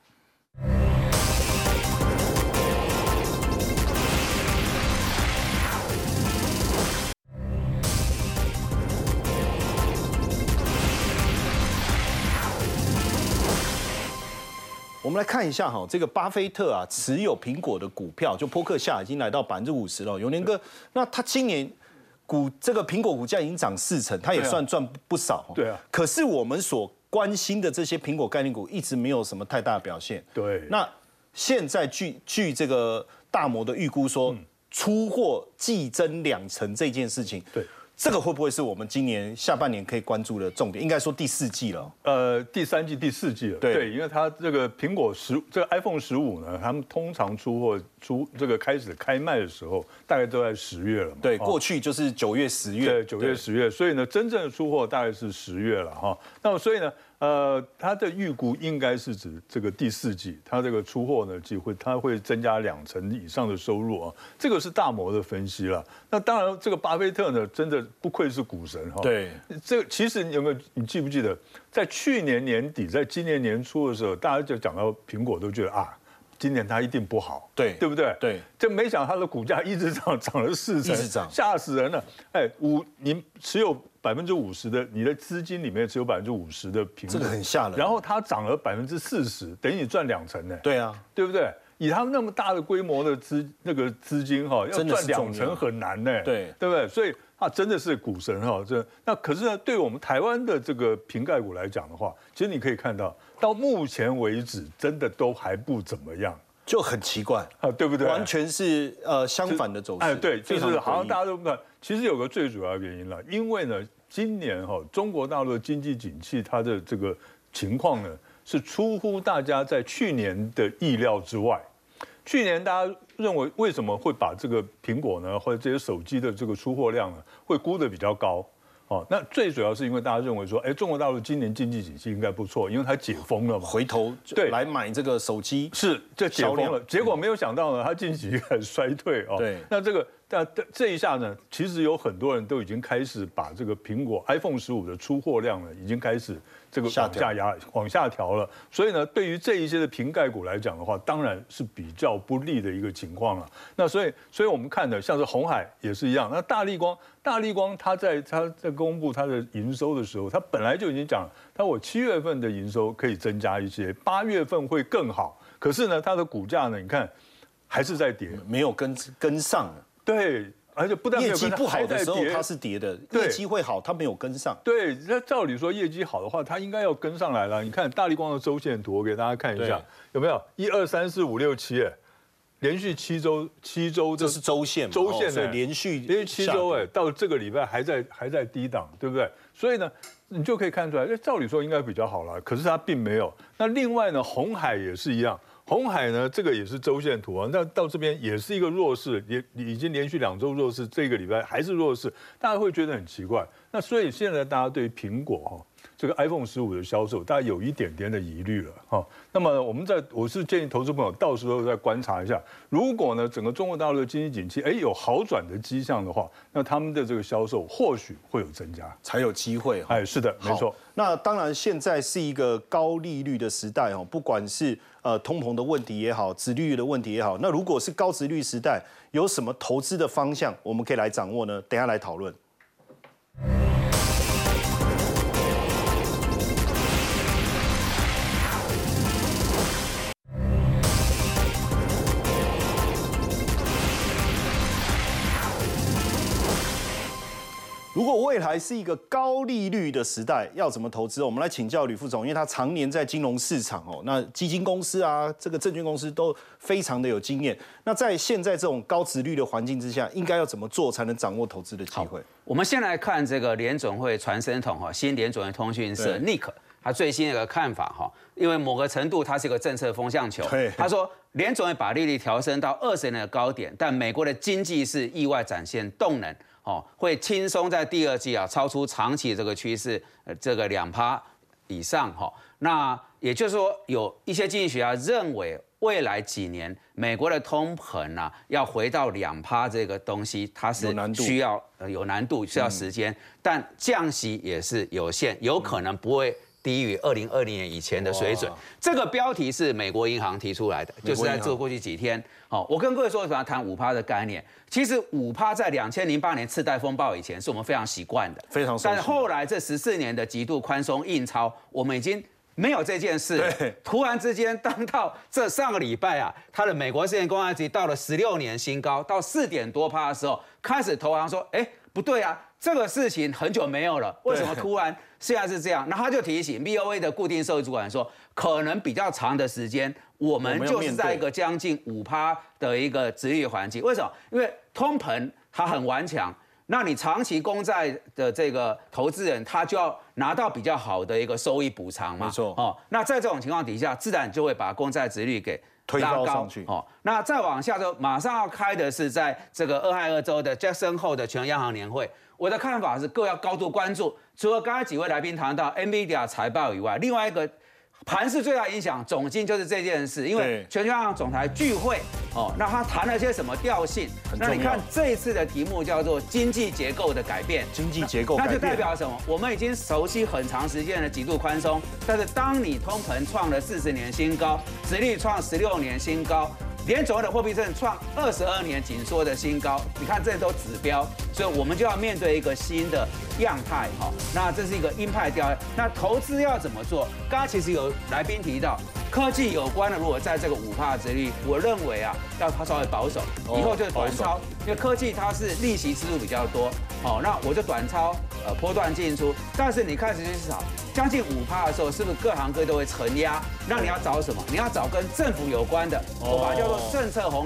S1: 我们来看一下哈，这个巴菲特啊，持有苹果的股票，就波克夏已经来到百分之五十了。永年哥，那他今年股这个苹果股价已经涨四成，他也算赚不少。
S2: 对啊。
S1: 可是我们所关心的这些苹果概念股一直没有什么太大的表现。
S2: 对。
S1: 那现在据据这个大摩的预估说，嗯、出货季增两成这件事情，
S2: 对。
S1: 这个会不会是我们今年下半年可以关注的重点？应该说第四季了。
S2: 呃，第三季、第四季了。
S1: 对，
S2: 对，因为它这个苹果十，这个 iPhone 十五呢，他们通常出货出这个开始开卖的时候，大概都在十月了嘛。
S1: 对，过去就是九月、十月。
S2: 对，九月、十月，所以呢，真正的出货大概是十月了哈。那么所以呢，呃，它的预估应该是指这个第四季，它这个出货呢，就会它会增加两成以上的收入啊。这个是大摩的分析了。那当然，这个巴菲特呢，真的不愧是股神哈。
S1: 对，
S2: 这个其实你有没有？你记不记得，在去年年底，在今年年初的时候，大家就讲到苹果，都觉得啊，今年它一定不好，
S1: 对，
S2: 对不对？
S1: 对，
S2: 就没想到它的股价一直涨，涨了四成，
S1: 一直涨，
S2: 吓死人了。哎，五，你持有百分之五十的，你的资金里面只有百分之五十的苹果，
S1: 这个很吓人。
S2: 然后它涨了百分之四十，等于你赚两成呢。
S1: 对啊，
S2: 对不对？以他们那么大的规模的资那个资金哈，要赚两成很难呢，
S1: 对
S2: 对不对？所以他真的是股神哈，这那可是呢，对我们台湾的这个瓶盖股来讲的话，其实你可以看到，到目前为止真的都还不怎么样，
S1: 就很奇怪
S2: 啊，对不对？
S1: 完全是呃相反的走势。
S2: 哎，对，就是好像大家都不看。其实有个最主要的原因了，因为呢，今年哈中国大陆的经济景气它的这个情况呢，是出乎大家在去年的意料之外。去年大家认为为什么会把这个苹果呢，或者这些手机的这个出货量呢，会估得比较高？哦，那最主要是因为大家认为说，哎，中国大陆今年经济景气应该不错，因为它解封了嘛，
S1: 回头对来买这个手机
S2: 是这解封了，结果没有想到呢，它近期开始衰退哦。
S1: 对，
S2: 那这个但这一下呢，其实有很多人都已经开始把这个苹果 iPhone 十五的出货量呢，已经开始这个往下压、往下调了。所以呢，对于这一些的瓶盖股来讲的话，当然是比较不利的一个情况了。那所以，所以我们看的像是鸿海也是一样。那大立光，大立光它在它在公布它的营收的时候，它本来就已经讲，它我七月份的营收可以增加一些，八月份会更好。 可是呢，它的股价呢，你看还是在跌，
S1: 没有跟跟上。
S2: 对。而且不但
S1: 业绩不好的时候它是跌的，业绩会好它没有跟上。
S2: 对，那照理说业绩好的话，它应该要跟上来了。你看大立光的周线图，我给大家看一下，有没有？一二三四五六七，哎，连续七周，七周
S1: 这是周线，
S2: 周线
S1: 所以连续
S2: 连续七周，哎，到这个礼拜还在还在低档，对不对？所以呢，你就可以看出来，照理说应该比较好了，可是它并没有。那另外呢，鸿海也是一样。鸿海呢，这个也是周线图啊，那到这边也是一个弱势，也已经连续两周弱势，这个礼拜还是弱势，大家会觉得很奇怪。那所以现在大家对于苹果哈这个 iPhone 十五的销售，大家有一点点的疑虑了哈。那么我们在我是建议投资朋友到时候再观察一下，如果呢整个中国大陆的经济景气哎有好转的迹象的话，那他们的这个销售或许会有增加，
S1: 才有机会。
S2: 哎，是的，没错。
S1: 那当然现在是一个高利率的时代哦，不管是呃通膨的问题也好，殖利率的问题也好，那如果是高殖率时代，有什么投资的方向我们可以来掌握呢？等一下来讨论。如果未来是一个高利率的时代，要怎么投资？我们来请教吕副总，因为他常年在金融市场哦，那基金公司啊，这个证券公司都非常的有经验。那在现在这种高殖率的环境之下，应该要怎么做才能掌握投资的机会？
S5: 我们先来看这个联准会传声筒哈，新联准会通讯社 N I C 他最新的一个看法哈，因为某个程度它是一个政策风向球。他说联准会把利率调升到二十年的高点，但美国的经济是意外展现动能。哦，会轻松在第二季啊超出长期这个趋势，呃，这个两趴以上哈、哦。那也就是说，有一些经济学家认为，未来几年美国的通膨啊要回到两趴这个东西，它是需要呃有难度，需要时间，嗯、但降息也是有限，有可能不会低于二零二零年以前的水准。这个标题是美国银行提出来的，就是在这过去几天。好，我跟各位说，想要谈五趴的概念。其实五趴在两千零八年次贷风暴以前，是我们非常习惯的，
S1: 非常。
S5: 但是后来这十四年的极度宽松印钞，我们已经没有这件事了。突然之间，当到这上个礼拜啊，它的美国十年公债殖利率到了十六年新高，到四点多趴的时候，开始投行说，哎，不对啊，这个事情很久没有了，为什么突然现在是这样？那他就提醒 B O A 的固定收益主管说，可能比较长的时间，我们就是在一个将近五趴的一个殖利率环境。为什么？因为通膨它很顽强，那你长期公债的这个投资人，他就要拿到比较好的一个收益补偿嘛。
S1: 没错。
S5: 哦，那在这种情况底下，自然就会把公债殖利率给
S1: 推高上去。
S5: 哦，那再往下就马上要开的是在这个俄亥俄州的 Jackson Hole 的全央行年会。我的看法是，各位要高度关注。除了刚才几位来宾谈到 NVIDIA 财报以外，另外一个盘势最大影响总经就是这件事，因为全球央行总裁聚会哦，那他谈了些什么调性？那你看这一次的题目叫做经济结构的改变，
S1: 经济结构改变，
S5: 那就代表什么？我们已经熟悉很长时间的极度宽松，但是当你通膨创了四十年新高，殖利率创十六年新高。联总会的货币政策创二十二年紧缩的新高，你看这都指标，所以我们就要面对一个新的样态哈。那这是一个鹰派调，那投资要怎么做？刚刚其实有来宾提到科技有关的，如果在这个五趴殖利率，我认为啊要它稍微保守，以后就是短超，因为科技它是利息支出比较多，好，那我就短超，呃波段进出。但是你看实际市场将近五趴的时候，是不是各行各业都会承压？那你要找什么？你要找跟政府有关的，我把它叫做政策红。